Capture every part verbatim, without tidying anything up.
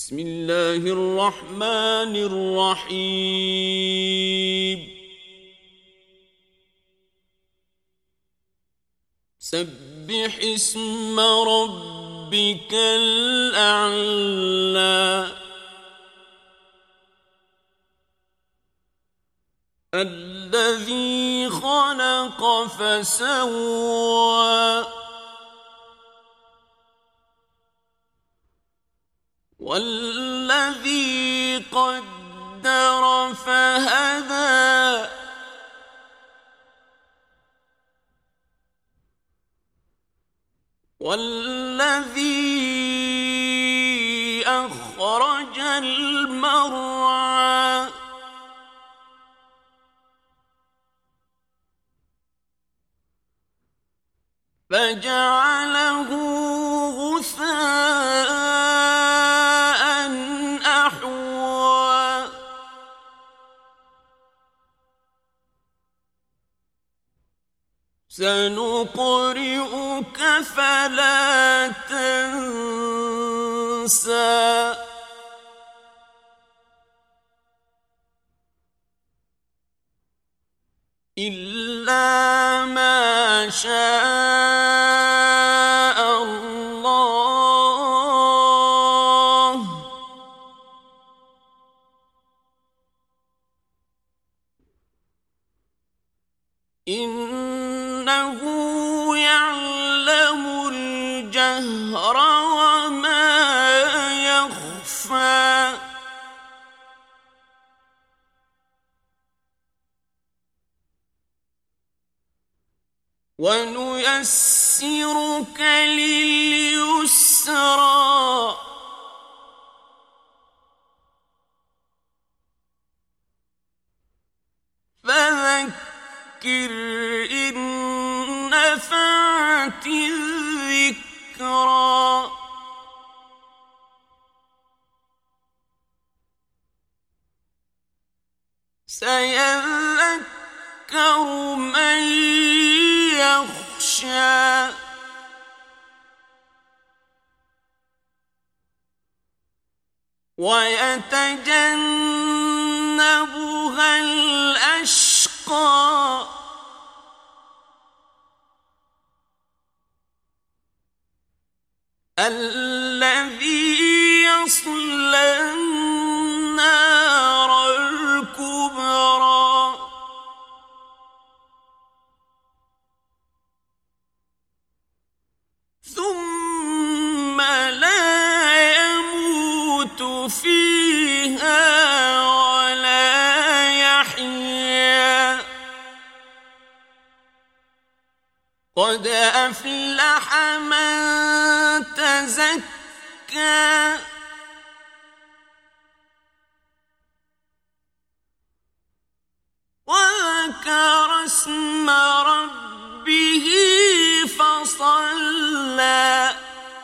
بسم الله الرحمن الرحيم سبح اسم ربك الأعلى الذي خلق فسوى والذي قدر فهدى والذي أخرج المرعى فجعله غثاء أحوى سنقرئك فلا تنسى إلا ما شاء الله إنه يعلم الجهر وما يخفى ونيسرك لليسرى فذكر إن نفعت الذكرى سيذكر من يخشى ويتجنبها الأشقى الذي يصلى النار الكبرى ثم لا يموت فيها ولا يحيا قد أفلح من تزكى وذكر اسم ربه فصلى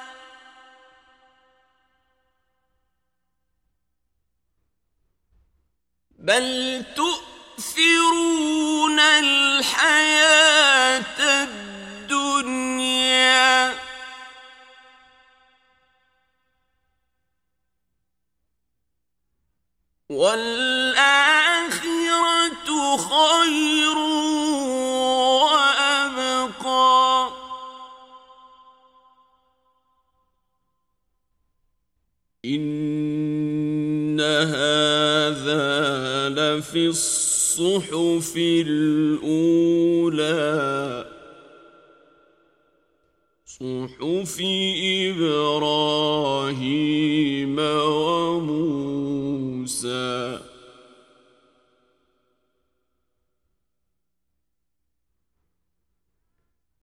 بل تؤثرون الحياة الدنيا والآخرة خير وأبقى إن هذا لفي الصحف الأولى صحف إبراهيم